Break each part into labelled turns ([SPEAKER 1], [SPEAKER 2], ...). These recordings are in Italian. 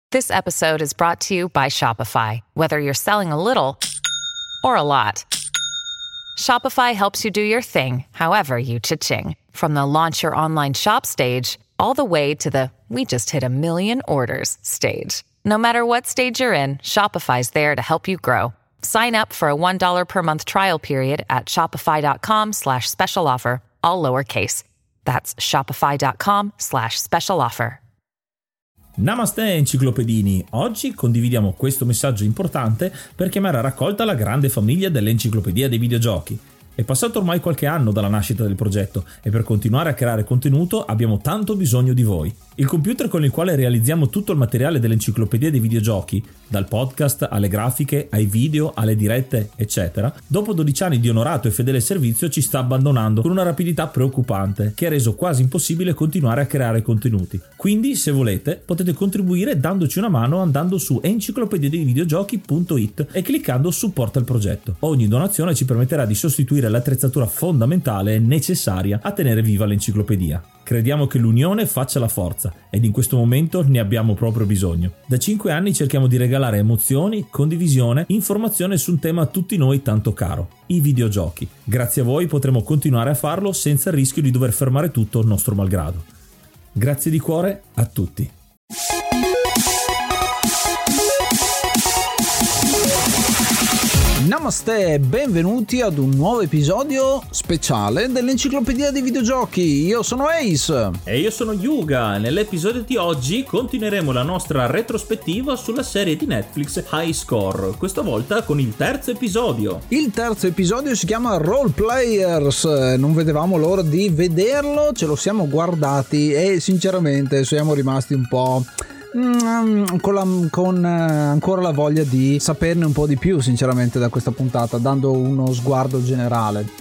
[SPEAKER 1] This episode is brought to you by Shopify. Whether you're selling a little or a lot, Shopify helps you do your thing, however you cha-ching. From the launch your online shop stage, all the way to the we just hit 1 million orders stage. No matter what stage you're in, Shopify's there to help you grow. Sign up for a $1 per month trial period at shopify.com/special offer, all lowercase. That's shopify.com/special offer.
[SPEAKER 2] Namaste enciclopedini, oggi condividiamo questo messaggio importante per chiamare a raccolta la grande famiglia dell'Enciclopedia dei Videogiochi. È passato ormai qualche anno dalla nascita del progetto e per continuare a creare contenuto abbiamo tanto bisogno di voi. Il computer con il quale realizziamo tutto il materiale dell'Enciclopedia dei Videogiochi, dal podcast alle grafiche, ai video, alle dirette, eccetera, dopo 12 anni di onorato e fedele servizio ci sta abbandonando con una rapidità preoccupante che ha reso quasi impossibile continuare a creare contenuti. Quindi, se volete, potete contribuire dandoci una mano andando su enciclopediadeivideogiochi.it e cliccando supporta il progetto. Ogni donazione ci permetterà di sostituire l'attrezzatura fondamentale e necessaria a tenere viva l'enciclopedia. Crediamo che l'unione faccia la forza ed in questo momento ne abbiamo proprio bisogno. Da 5 anni cerchiamo di regalare emozioni, condivisione, informazione su un tema a tutti noi tanto caro, i videogiochi. Grazie a voi potremo continuare a farlo senza il rischio di dover fermare tutto nostro malgrado. Grazie di cuore a tutti.
[SPEAKER 3] Namaste e benvenuti ad un nuovo episodio speciale dell'Enciclopedia dei Videogiochi. Io sono Ace.
[SPEAKER 2] E io sono Yuga. Nell'episodio di oggi continueremo la nostra retrospettiva sulla serie di Netflix High Score, questa volta con il terzo episodio.
[SPEAKER 3] Il terzo episodio si chiama Role Players. Non vedevamo l'ora di vederlo, ce lo siamo guardati e sinceramente siamo rimasti un po' con ancora la voglia di saperne un po' di più sinceramente da questa puntata, dando uno sguardo generale.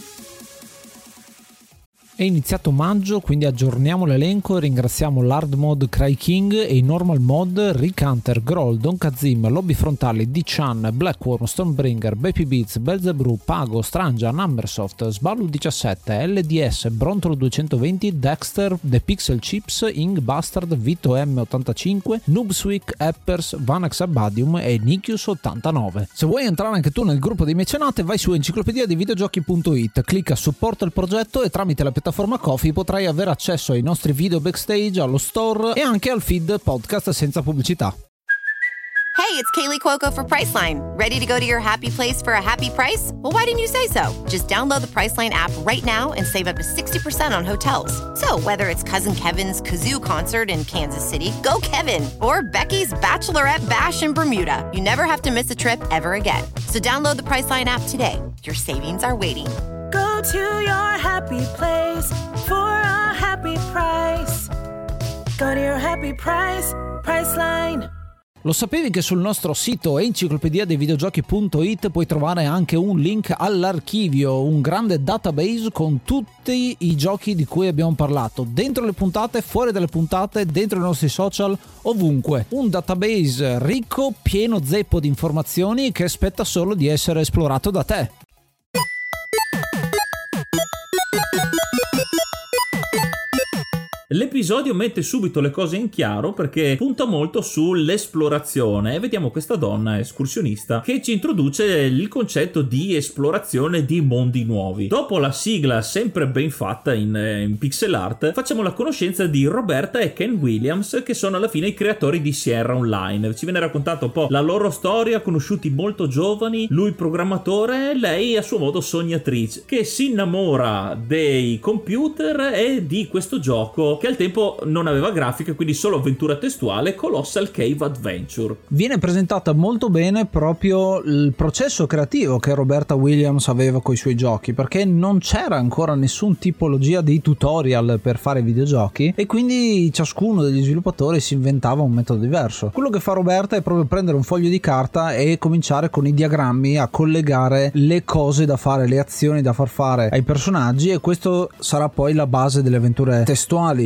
[SPEAKER 3] È iniziato maggio, quindi aggiorniamo l'elenco e ringraziamo l'Hard Mod Cry King e i Normal Mod Rick Hunter, Groll, Don Kazim, Lobby Frontali, D-Chan, Blackworm, Stonebringer, Baby Beats, Belzebrew, Pago, Strangia, Numbersoft, Sballu 17, LDS, Brontolo 220, Dexter, The Pixel Chips, Ing Bastard, Vito M85, Noobswick, Eppers, Vanax Abadium e Nikius 89. Se vuoi entrare anche tu nel gruppo dei mecenate, vai su enciclopediadeivideogiochi.it, clicca supporta il progetto e tramite la piattaforma Ko-fi potrai avere accesso ai nostri video backstage, allo store e anche al feed podcast senza pubblicità.
[SPEAKER 4] Hey, it's Kaylee Cuoco for Priceline. Ready to go to your happy place for a happy price? Well, why didn't you say so? Just download the Priceline app right now and save up to 60% on hotels. So whether it's Cousin Kevin's Kazoo Concert in Kansas City, go Kevin, or Becky's Bachelorette Bash in Bermuda, you never have to miss a trip ever again. So download the Priceline app today. Your savings are waiting.
[SPEAKER 5] Go to your happy place for a happy price. Go to your happy price, Priceline.
[SPEAKER 3] Lo sapevi che sul nostro sito enciclopediadeivideogiochi.it puoi trovare anche un link all'archivio, un grande database con tutti i giochi di cui abbiamo parlato, dentro le puntate, fuori dalle puntate, dentro i nostri social, ovunque. Un database ricco, pieno zeppo di informazioni che aspetta solo di essere esplorato da te.
[SPEAKER 2] L'episodio mette subito le cose in chiaro perché punta molto sull'esplorazione e vediamo questa donna escursionista che ci introduce il concetto di esplorazione di mondi nuovi. Dopo la sigla sempre ben fatta in pixel art, facciamo la conoscenza di Roberta e Ken Williams, che sono alla fine i creatori di Sierra Online. Ci viene raccontata un po' la loro storia, conosciuti molto giovani, lui programmatore, lei a suo modo sognatrice, che si innamora dei computer e di questo gioco che al tempo non aveva grafiche, quindi solo avventura testuale, Colossal Cave Adventure.
[SPEAKER 3] Viene presentata molto bene proprio il processo creativo che Roberta Williams aveva con i suoi giochi, perché non c'era ancora nessun tipologia di tutorial per fare videogiochi e quindi ciascuno degli sviluppatori si inventava un metodo diverso. Quello che fa Roberta è proprio prendere un foglio di carta e cominciare con i diagrammi a collegare le cose da fare, le azioni da far fare ai personaggi, e questo sarà poi la base delle avventure testuali.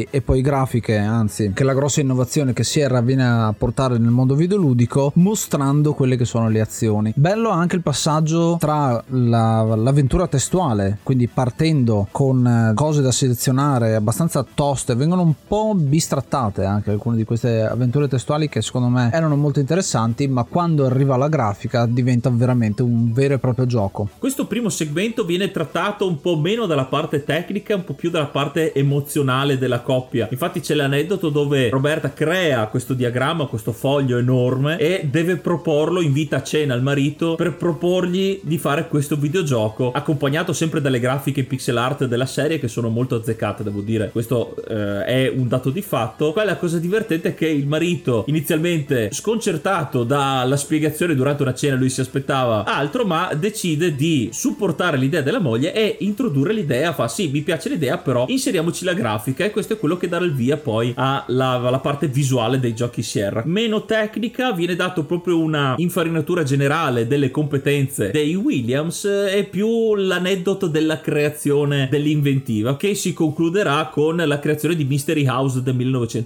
[SPEAKER 3] testuali e poi grafiche, anzi, che è la grossa innovazione che Sierra viene a portare nel mondo videoludico, mostrando quelle che sono le azioni. Bello anche il passaggio tra l'avventura testuale, quindi partendo con cose da selezionare abbastanza toste, vengono un po' bistrattate anche alcune di queste avventure testuali che secondo me erano molto interessanti, ma quando arriva la grafica diventa veramente un vero e proprio gioco.
[SPEAKER 2] Questo primo segmento viene trattato un po' meno dalla parte tecnica, un po' più dalla parte emozionale della coppia. Infatti c'è l'aneddoto dove Roberta crea questo diagramma, questo foglio enorme, e deve proporlo, invita a cena al marito per proporgli di fare questo videogioco, accompagnato sempre dalle grafiche pixel art della serie che sono molto azzeccate, devo dire. Questo è un dato di fatto. Qua la cosa divertente è che il marito, inizialmente sconcertato dalla spiegazione durante una cena, lui si aspettava altro, ma decide di supportare l'idea della moglie e introdurre l'idea, fa sì, mi piace l'idea, però inseriamoci la grafica, e questo è quello che dà il via poi alla parte visuale dei giochi Sierra. Meno tecnica, viene dato proprio una infarinatura generale delle competenze dei Williams e più l'aneddoto della creazione dell'inventiva, che si concluderà con la creazione di Mystery House del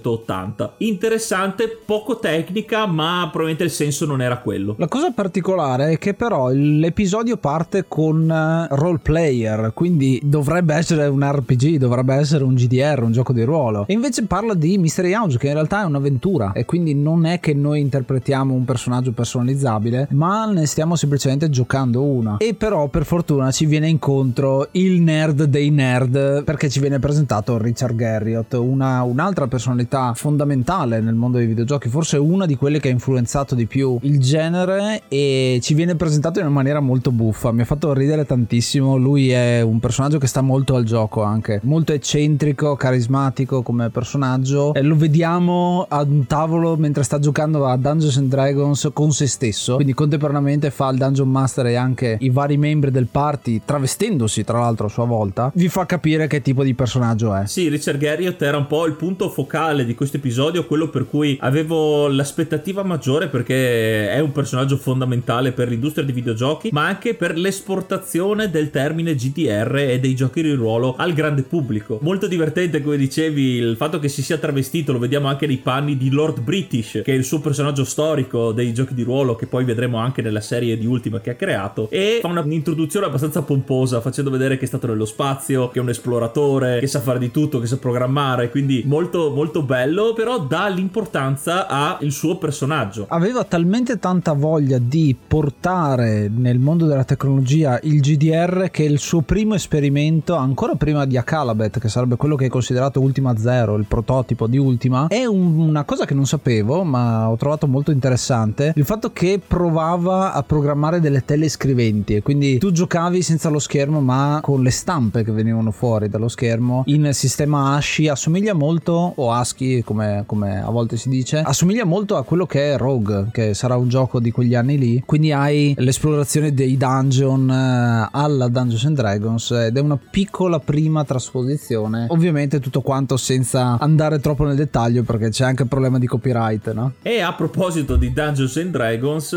[SPEAKER 2] 1980. Interessante, poco tecnica, ma probabilmente il senso non era quello.
[SPEAKER 3] La cosa particolare è che però l'episodio parte con role player, quindi dovrebbe essere un RPG, dovrebbe essere un GDR, un gioco di ruolo, e invece parla di Mystery House, che in realtà è un'avventura, e quindi non è che noi interpretiamo un personaggio personalizzabile, ma ne stiamo semplicemente giocando una. E però per fortuna ci viene incontro il nerd dei nerd, perché ci viene presentato Richard Garriott, un'altra personalità fondamentale nel mondo dei videogiochi, forse una di quelle che ha influenzato di più il genere, e ci viene presentato in una maniera molto buffa. Mi ha fatto ridere tantissimo. Lui è un personaggio che sta molto al gioco, anche molto eccentrico, carismatico come personaggio, e lo vediamo a un tavolo mentre sta giocando a Dungeons and Dragons con se stesso, quindi contemporaneamente fa il Dungeon Master e anche i vari membri del party, travestendosi tra l'altro a sua volta. Vi fa capire che tipo di personaggio è.
[SPEAKER 2] Sì, Richard Garriott era un po' il punto focale di questo episodio, quello per cui avevo l'aspettativa maggiore, perché è un personaggio fondamentale per l'industria dei videogiochi, ma anche per l'esportazione del termine GDR e dei giochi di ruolo al grande pubblico. Molto divertente, come dicevi, il fatto che si sia travestito, lo vediamo anche nei panni di Lord British, che è il suo personaggio storico dei giochi di ruolo, che poi vedremo anche nella serie di Ultima che ha creato, e fa un'introduzione abbastanza pomposa, facendo vedere che è stato nello spazio, che è un esploratore, che sa fare di tutto, che sa programmare, quindi molto molto bello, però dà l'importanza al suo personaggio.
[SPEAKER 3] Aveva talmente tanta voglia di portare nel mondo della tecnologia il GDR che il suo primo esperimento, ancora prima di Akalabeth, che sarebbe quello che è considerato Ultima Zero, il prototipo di Ultima, è una cosa che non sapevo ma ho trovato molto interessante, il fatto che provava a programmare delle telescriventi, e quindi tu giocavi senza lo schermo ma con le stampe che venivano fuori dallo schermo in sistema ASCII. Assomiglia molto, o ASCII come a volte si dice, assomiglia molto a quello che è Rogue, che sarà un gioco di quegli anni lì, quindi hai l'esplorazione dei dungeon alla Dungeons and Dragons, ed è una piccola prima trasposizione, ovviamente tutto quanto senza andare troppo nel dettaglio perché c'è anche il problema di copyright, no?
[SPEAKER 2] E a proposito di Dungeons and Dragons,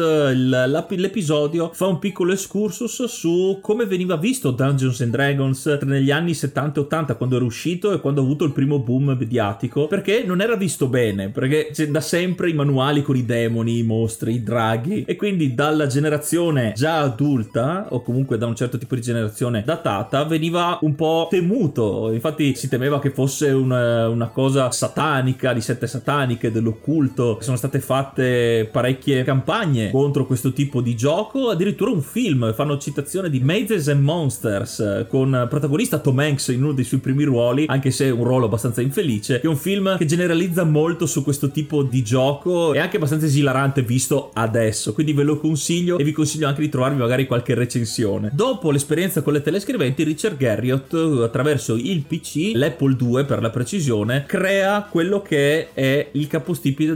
[SPEAKER 2] l'episodio fa un piccolo excursus su come veniva visto Dungeons and Dragons negli anni 70 e 80, quando era uscito e quando ha avuto il primo boom mediatico, perché non era visto bene, perché c'è da sempre i manuali con i demoni, i mostri, i draghi, e quindi dalla generazione già adulta, o comunque da un certo tipo di generazione datata, veniva un po' temuto. Infatti si temeva che fosse una cosa satanica, di sette sataniche, dell'occulto. Sono state fatte parecchie campagne contro questo tipo di gioco, addirittura un film, fanno citazione di Mazes and Monsters con protagonista Tom Hanks in uno dei suoi primi ruoli, anche se è un ruolo abbastanza infelice, che è un film che generalizza molto su questo tipo di gioco, è anche abbastanza esilarante visto adesso, quindi ve lo consiglio, e vi consiglio anche di trovarvi magari qualche recensione. Dopo l'esperienza con le telescriventi, Richard Garriott, attraverso il PC, l'Apple II per la precisione, crea quello che è il capostipite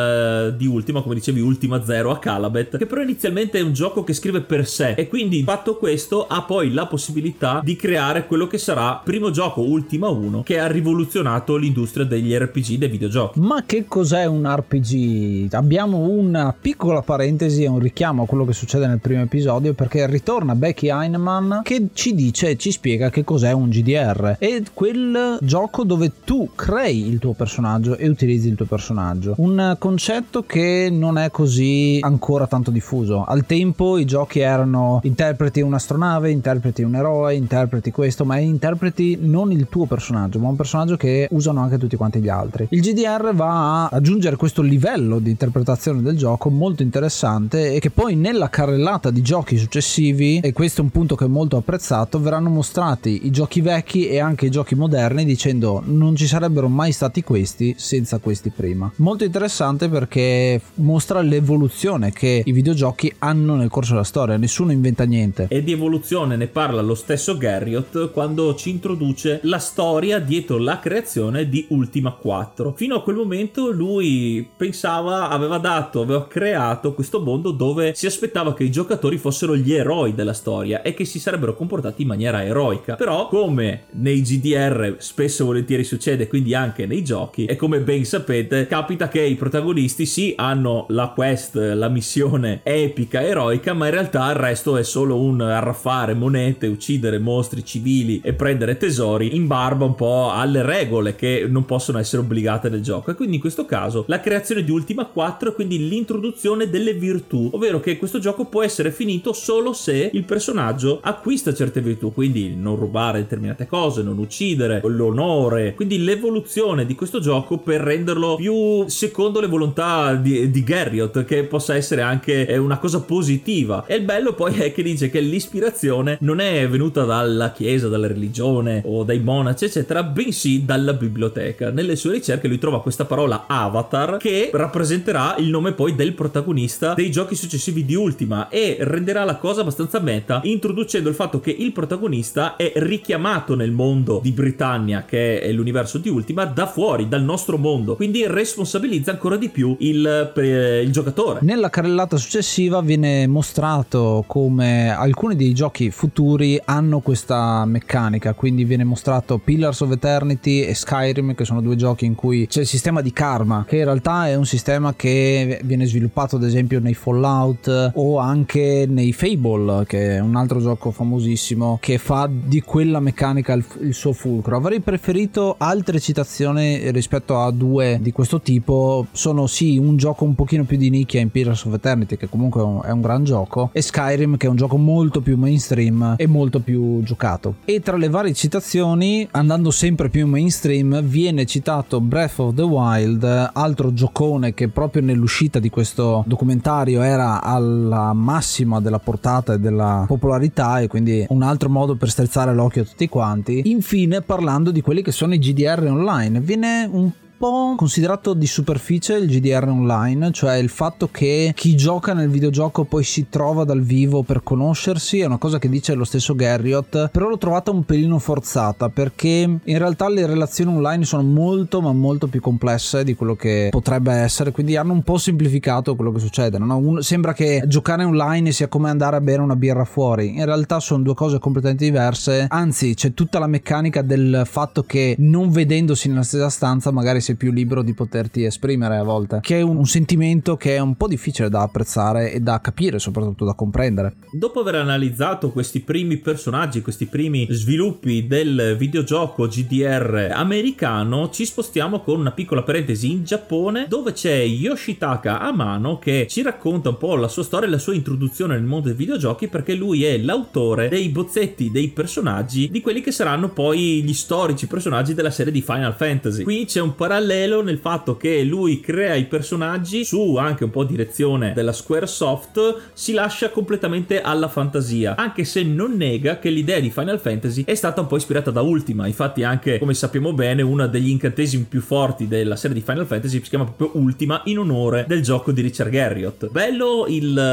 [SPEAKER 2] di Ultima, come dicevi, Ultima Zero, Akalabeth, che però inizialmente è un gioco che scrive per sé, e quindi fatto questo ha poi la possibilità di creare quello che sarà primo gioco Ultima 1, che ha rivoluzionato l'industria degli RPG, dei videogiochi.
[SPEAKER 3] Ma che cos'è un RPG? Abbiamo una piccola parentesi e un richiamo a quello che succede nel primo episodio, perché ritorna Becky Heinemann che ci spiega che cos'è un GDR, e quel gioco dove tu crei il tuo personaggio e utilizzi il tuo personaggio, un concetto che non è così ancora tanto diffuso. Al tempo i giochi erano interpreti un'astronave, interpreti un eroe, interpreti questo, ma interpreti non il tuo personaggio, ma un personaggio che usano anche tutti quanti gli altri. Il GDR va a aggiungere questo livello di interpretazione del gioco molto interessante, e che poi nella carrellata di giochi successivi, e questo è un punto che è molto apprezzato, verranno mostrati i giochi vecchi e anche i giochi moderni, dicendo non ci sarebbero mai stati questi senza questi prima. Molto interessante perché mostra l'evoluzione che i videogiochi hanno nel corso della storia, nessuno inventa niente.
[SPEAKER 2] E di evoluzione ne parla lo stesso Garriott quando ci introduce la storia dietro la creazione di Ultima 4. Fino a quel momento lui pensava, aveva creato questo mondo dove si aspettava che i giocatori fossero gli eroi della storia e che si sarebbero comportati in maniera eroica. Però, come nei GDR spesso e volentieri succede, quindi anche nei giochi, e come ben sapete, capita che i protagonisti sì hanno la quest, la missione epica, eroica, ma in realtà il resto è solo un arraffare monete, uccidere mostri civili e prendere tesori in barba un po' alle regole che non possono essere obbligate nel gioco. E quindi in questo caso la creazione di Ultima 4 è quindi l'introduzione delle virtù, ovvero che questo gioco può essere finito solo se il personaggio acquista certe virtù, quindi non rubare determinate cose, non uccidere, l'onore, quindi l'evoluzione di questo gioco per renderlo più secondo le volontà di Garriott, che possa essere anche una cosa positiva. E il bello poi è che dice che l'ispirazione non è venuta dalla chiesa, dalla religione o dai monaci eccetera, bensì dalla biblioteca. Nelle sue ricerche lui trova questa parola avatar, che rappresenterà il nome poi del protagonista dei giochi successivi di Ultima, e renderà la cosa abbastanza meta, introducendo il fatto che il protagonista è richiamato nel mondo di Britannia, che è l'universo di Ultima, da fuori, dal nostro mondo, quindi responsabilizza ancora di più il giocatore.
[SPEAKER 3] Nella carrellata successiva viene mostrato come alcuni dei giochi futuri hanno questa meccanica, quindi viene mostrato Pillars of Eternity e Skyrim, che sono due giochi in cui c'è il sistema di karma, che in realtà è un sistema che viene sviluppato ad esempio nei Fallout o anche nei Fable, che è un altro gioco famosissimo che fa di quella meccanica il suo fulcro. Avrei preferito altre citazioni rispetto a due di questo tipo. Sono sì un gioco un pochino più di nicchia in Pillars of Eternity, che comunque è un gran gioco, e Skyrim, che è un gioco molto più mainstream e molto più giocato. E tra le varie citazioni, andando sempre più mainstream, viene citato Breath of the Wild, altro giocone che proprio nell'uscita di questo documentario era alla massima della portata e della popolarità, e quindi un altro modo per strizzare l'occhio a tutti quanti. Infine, parlando di quelli che sono i GDR online, viene un po' considerato di superficie il GDR online, cioè il fatto che chi gioca nel videogioco poi si trova dal vivo per conoscersi. È una cosa che dice lo stesso Garriott, però l'ho trovata un pelino forzata, perché in realtà le relazioni online sono molto ma molto più complesse di quello che potrebbe essere, quindi hanno un po' semplificato quello che succede, no? Sembra che giocare online sia come andare a bere una birra fuori. In realtà sono due cose completamente diverse, anzi c'è tutta la meccanica del fatto che non vedendosi nella stessa stanza magari sei più libero di poterti esprimere a volte, che è un sentimento che è un po' difficile da apprezzare e da capire, soprattutto da comprendere.
[SPEAKER 2] Dopo aver analizzato questi primi personaggi, questi primi sviluppi del videogioco GDR americano, ci spostiamo con una piccola parentesi in Giappone, dove c'è Yoshitaka Amano che ci racconta un po' la sua storia e la sua introduzione nel mondo dei videogiochi, perché lui è l'autore dei bozzetti dei personaggi di quelli che saranno poi gli storici personaggi della serie di Final Fantasy. Qui c'è un parallelo nel fatto che lui crea i personaggi su anche un po' direzione della Squaresoft, si lascia completamente alla fantasia, anche se non nega che l'idea di Final Fantasy è stata un po' ispirata da Ultima. Infatti anche, come sappiamo bene, uno degli incantesimi più forti della serie di Final Fantasy si chiama proprio Ultima, in onore del gioco di Richard Garriott. Bello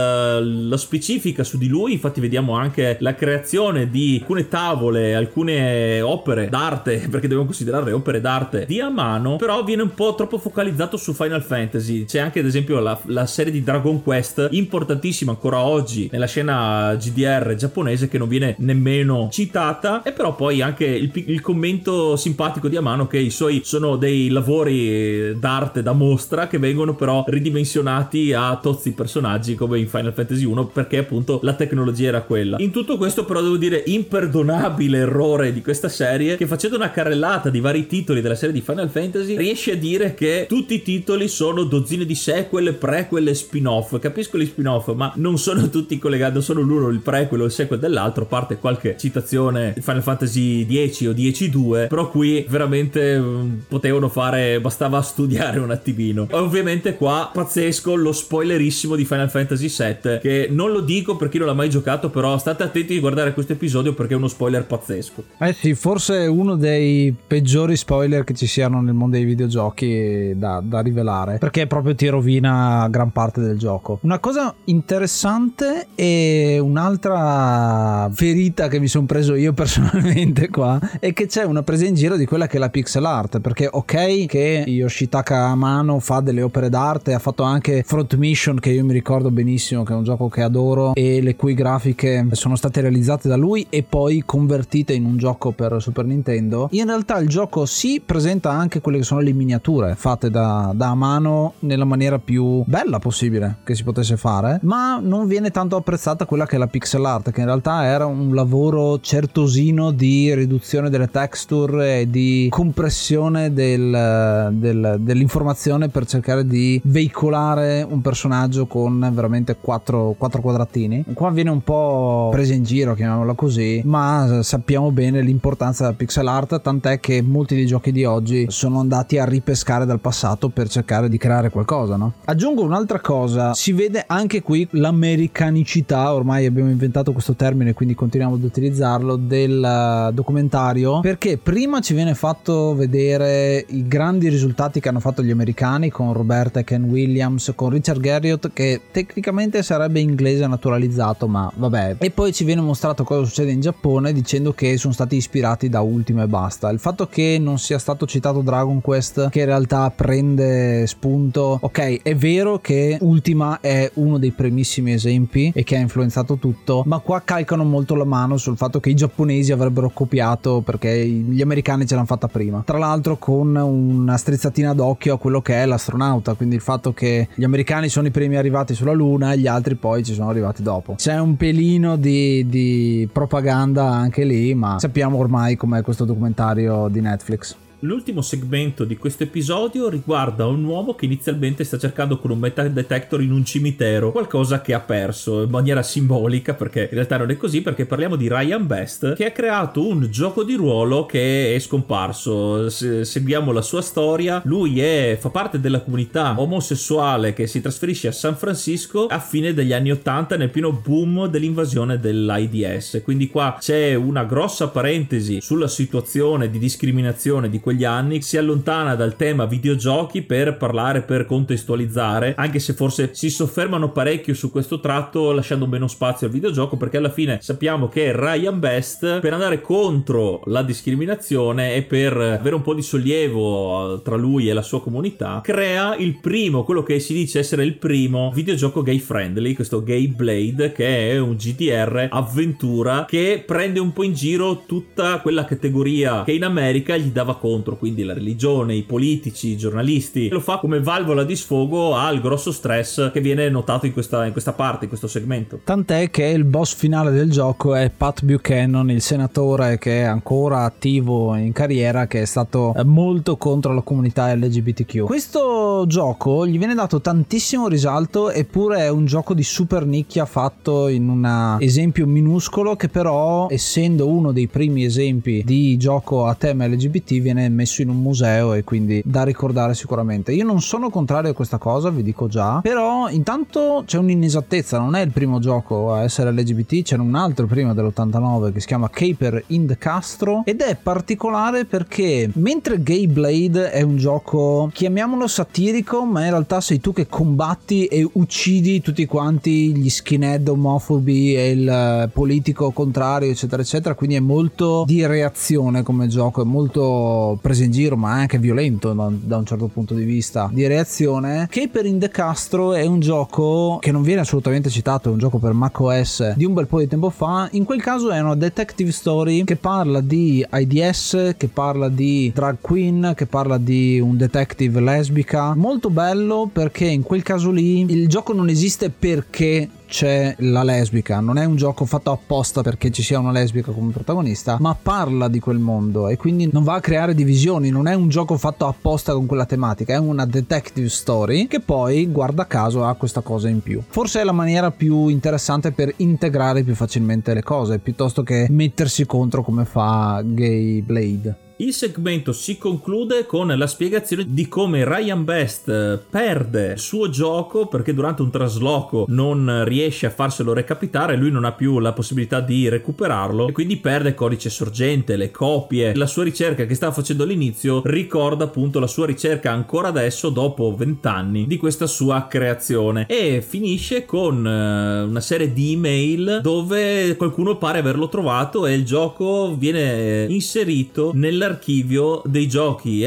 [SPEAKER 2] lo specifica su di lui, infatti vediamo anche la creazione di alcune tavole, alcune opere d'arte, perché dobbiamo considerarle opere d'arte di Amano, però però viene un po' troppo focalizzato su Final Fantasy. C'è anche ad esempio la serie di Dragon Quest, importantissima ancora oggi nella scena GDR giapponese, che non viene nemmeno citata. E però poi anche il commento simpatico di Amano che i suoi sono dei lavori d'arte da mostra che vengono però ridimensionati a tozzi personaggi come in Final Fantasy 1, perché appunto la tecnologia era quella. In tutto questo però devo dire imperdonabile errore di questa serie, che facendo una carrellata di vari titoli della serie di Final Fantasy riesce a dire che tutti i titoli sono dozzine di sequel, prequel e spin-off. Capisco gli spin-off, ma non sono tutti collegati, non sono l'uno il prequel o il sequel dell'altro, a parte qualche citazione di Final Fantasy 10 o 10-2, però qui veramente potevano fare, bastava studiare un attimino. Ovviamente qua pazzesco lo spoilerissimo di Final Fantasy 7, che non lo dico per chi non l'ha mai giocato, però state attenti di guardare questo episodio perché è uno spoiler pazzesco.
[SPEAKER 3] Sì, forse uno dei peggiori spoiler che ci siano nel mondo dei videogiochi da rivelare, perché proprio ti rovina gran parte del gioco. Una cosa interessante e un'altra ferita che mi sono preso io personalmente qua è che c'è una presa in giro di quella che è la pixel art, perché ok che Yoshitaka Amano fa delle opere d'arte, ha fatto anche Front Mission, che io mi ricordo benissimo, che è un gioco che adoro e le cui grafiche sono state realizzate da lui e poi convertite in un gioco per Super Nintendo. In realtà il gioco si presenta anche quelle che sono le miniature fatte da Amano nella maniera più bella possibile che si potesse fare, ma non viene tanto apprezzata quella che è la pixel art, che in realtà era un lavoro certosino di riduzione delle texture e di compressione dell'informazione per cercare di veicolare un personaggio con veramente quattro quadratini. Qua viene un po' presa in giro, chiamiamola così, ma sappiamo bene l'importanza della pixel art, tant'è che molti dei giochi di oggi sono andati a ripescare dal passato per cercare di creare qualcosa, no? Aggiungo un'altra cosa, si vede anche qui l'americanicità, ormai abbiamo inventato questo termine quindi continuiamo ad utilizzarlo, del documentario, perché prima ci viene fatto vedere i grandi risultati che hanno fatto gli americani con Roberta e Ken Williams, con Richard Garriott, che tecnicamente sarebbe inglese naturalizzato, ma vabbè, e poi ci viene mostrato cosa succede in Giappone dicendo che sono stati ispirati da Ultima e basta. Il fatto che non sia stato citato Dragon Quest, che in realtà prende spunto, ok, è vero che Ultima è uno dei primissimi esempi e che ha influenzato tutto, ma qua calcano molto la mano sul fatto che i giapponesi avrebbero copiato perché gli americani ce l'hanno fatta prima, tra l'altro con una strizzatina d'occhio a quello che è l'astronauta, quindi il fatto che gli americani sono i primi arrivati sulla luna e gli altri poi ci sono arrivati dopo. C'è un pelino di propaganda anche lì, ma sappiamo ormai com'è questo documentario di Netflix.
[SPEAKER 2] L'ultimo segmento di questo episodio riguarda un uomo che inizialmente sta cercando con un metal detector in un cimitero qualcosa che ha perso in maniera simbolica, perché in realtà non è così, perché parliamo di Ryan Best, che ha creato un gioco di ruolo che è scomparso. Seguiamo la sua storia. Lui fa parte della comunità omosessuale che si trasferisce a San Francisco a fine degli anni 80 nel pieno boom dell'invasione dell'AIDS, quindi qua c'è una grossa parentesi sulla situazione di discriminazione di quegli anni, si allontana dal tema videogiochi per parlare, per contestualizzare, anche se forse si soffermano parecchio su questo tratto lasciando meno spazio al videogioco, perché alla fine sappiamo che Ryan Best, per andare contro la discriminazione e per avere un po' di sollievo tra lui e la sua comunità, crea il primo, quello che si dice essere il primo videogioco gay friendly, questo Gay Blade, che è un GDR avventura che prende un po' in giro tutta quella categoria che in America gli dava contro, quindi la religione, i politici, i giornalisti. Lo fa come valvola di sfogo al grosso stress che viene notato in questa parte, in questo segmento.
[SPEAKER 3] Tant'è che il boss finale del gioco è Pat Buchanan, il senatore che è ancora attivo in carriera, che è stato molto contro la comunità LGBTQ. Questo gioco gli viene dato tantissimo risalto, eppure è un gioco di super nicchia fatto in un esempio minuscolo, che però, essendo uno dei primi esempi di gioco a tema LGBT, viene messo in un museo e quindi da ricordare sicuramente. Io non sono contrario a questa cosa, vi dico già, però intanto c'è un'inesattezza, non è il primo gioco a essere LGBT, c'era un altro prima dell'89 che si chiama Caper in the Castro, ed è particolare perché mentre Gay Blade è un gioco, chiamiamolo satirico, ma in realtà sei tu che combatti e uccidi tutti quanti gli skinhead omofobi e il politico contrario eccetera eccetera, quindi è molto di reazione come gioco, è molto presa in giro, ma anche violento da un certo punto di vista di reazione, che per Indecastro è un gioco che non viene assolutamente citato, è un gioco per macOS di un bel po' di tempo fa. In quel caso è una detective story che parla di AIDS, che parla di drag queen, che parla di un detective lesbica. Molto bello, perché in quel caso lì il gioco non esiste perché c'è la lesbica, non è un gioco fatto apposta perché ci sia una lesbica come protagonista, ma parla di quel mondo e quindi non va a creare divisioni, non è un gioco fatto apposta con quella tematica, è una detective story che poi, guarda caso, ha questa cosa in più. Forse è la maniera più interessante per integrare più facilmente le cose, piuttosto che mettersi contro come fa Gay Blade.
[SPEAKER 2] Il segmento si conclude con la spiegazione di come Ryan Best perde il suo gioco perché durante un trasloco non riesce a farselo recapitare, lui non ha più la possibilità di recuperarlo e quindi perde il codice sorgente, le copie. La sua ricerca che stava facendo all'inizio ricorda appunto la sua ricerca ancora adesso, dopo 20 anni di questa sua creazione, e finisce con una serie di email dove qualcuno pare averlo trovato e il gioco viene inserito nell'archivio dei giochi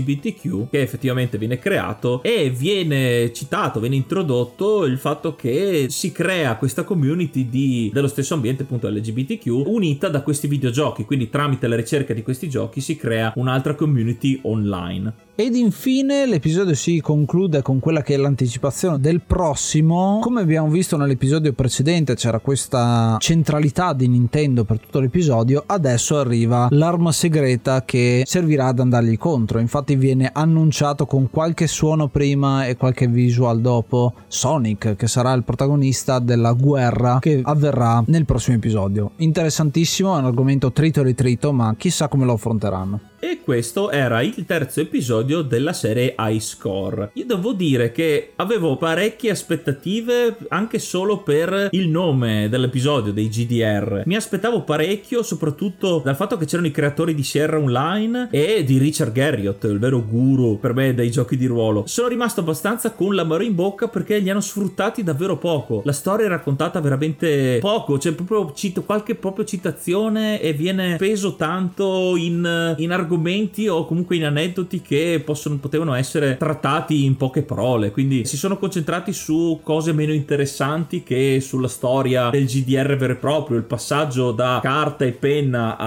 [SPEAKER 2] LGBTQ che effettivamente viene creato, e viene citato, viene introdotto il fatto che si crea questa community dello stesso ambiente appunto LGBTQ unita da questi videogiochi, quindi tramite la ricerca di questi giochi si crea un'altra community online.
[SPEAKER 3] Ed infine l'episodio si conclude con quella che è l'anticipazione del prossimo. Come abbiamo visto nell'episodio precedente c'era questa centralità di Nintendo per tutto l'episodio, adesso arriva l'arma segreta che servirà ad andargli contro. Infatti viene annunciato con qualche suono prima e qualche visual dopo Sonic, che sarà il protagonista della guerra che avverrà nel prossimo episodio. Interessantissimo, è un argomento trito e ritrito, ma chissà come lo affronteranno.
[SPEAKER 2] E questo era il terzo episodio della serie High Score. Io devo dire che avevo parecchie aspettative anche solo per il nome dell'episodio, dei GDR. Mi aspettavo parecchio, soprattutto dal fatto che c'erano i creatori di Sierra Online e di Richard Garriott, il vero guru per me dei giochi di ruolo. Sono rimasto abbastanza con l'amaro in bocca perché li hanno sfruttati davvero poco. La storia è raccontata veramente poco, c'è proprio qualche proprio citazione e viene peso tanto in argomenti o comunque in aneddoti che potevano essere trattati in poche parole, quindi si sono concentrati su cose meno interessanti che sulla storia del GDR vero e proprio, il passaggio da carta e penna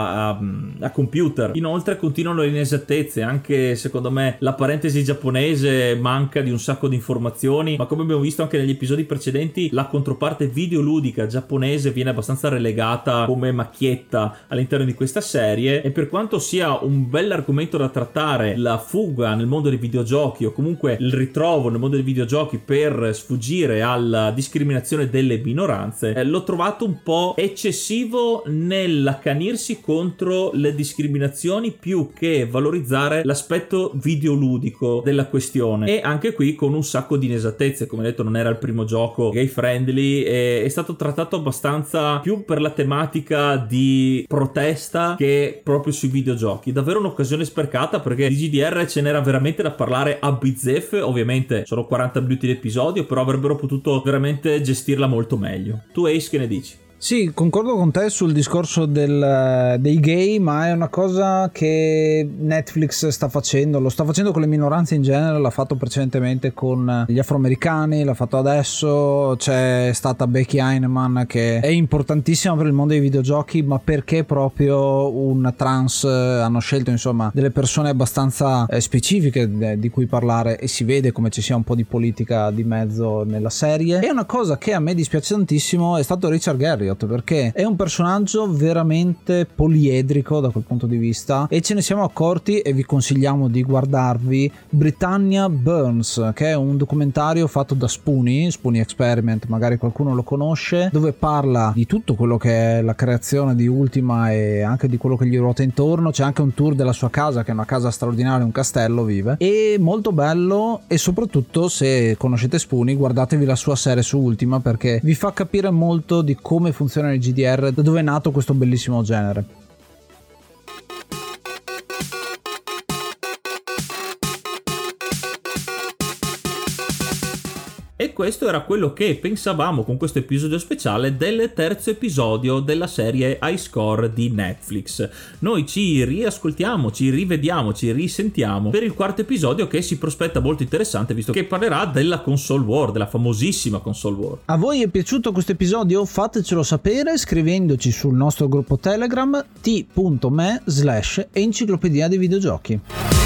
[SPEAKER 2] a computer. Inoltre continuano le inesattezze, anche secondo me la parentesi giapponese manca di un sacco di informazioni, ma come abbiamo visto anche negli episodi precedenti la controparte videoludica giapponese viene abbastanza relegata come macchietta all'interno di questa serie, e per quanto sia un bel argomento da trattare, la fuga nel mondo dei videogiochi o comunque il ritrovo nel mondo dei videogiochi per sfuggire alla discriminazione delle minoranze, l'ho trovato un po' eccessivo nell'accanirsi contro le discriminazioni più che valorizzare l'aspetto videoludico della questione, e anche qui con un sacco di inesattezze. Come detto, non era il primo gioco gay friendly, è stato trattato abbastanza più per la tematica di protesta che proprio sui videogiochi. Davvero un'occasione sprecata, perché di GDR ce n'era veramente da parlare a bizzeffe. Ovviamente sono 40 minuti l'episodio, però avrebbero potuto veramente gestirla molto meglio. Tu Ace, che ne dici?
[SPEAKER 3] Sì, concordo con te sul discorso dei gay, ma è una cosa che Netflix sta facendo, lo sta facendo con le minoranze in genere, l'ha fatto precedentemente con gli afroamericani, l'ha fatto adesso, c'è stata Becky Heinemann che è importantissima per il mondo dei videogiochi, ma perché proprio un trans, hanno scelto insomma delle persone abbastanza specifiche di cui parlare, e si vede come ci sia un po' di politica di mezzo nella serie. E una cosa che a me dispiace tantissimo è stato Richard Garriott, perché è un personaggio veramente poliedrico da quel punto di vista, e ce ne siamo accorti, e vi consigliamo di guardarvi Britannia Burns, che è un documentario fatto da Spoony Experiment, magari qualcuno lo conosce, dove parla di tutto quello che è la creazione di Ultima e anche di quello che gli ruota intorno. C'è anche un tour della sua casa, che è una casa straordinaria, un castello, vive, e molto bello. E soprattutto, se conoscete Spoony, guardatevi la sua serie su Ultima, perché vi fa capire molto di come funziona il GDR, da dove è nato questo bellissimo genere.
[SPEAKER 2] E E questo era quello che pensavamo con questo episodio speciale del terzo episodio della serie High Score di Netflix. Noi ci riascoltiamo, ci rivediamo, ci risentiamo per il quarto episodio, che si prospetta molto interessante visto che parlerà della console war, della famosissima console war.
[SPEAKER 3] A voi è piaciuto questo episodio? Fatecelo sapere scrivendoci sul nostro gruppo Telegram t.me/enciclopedia dei videogiochi.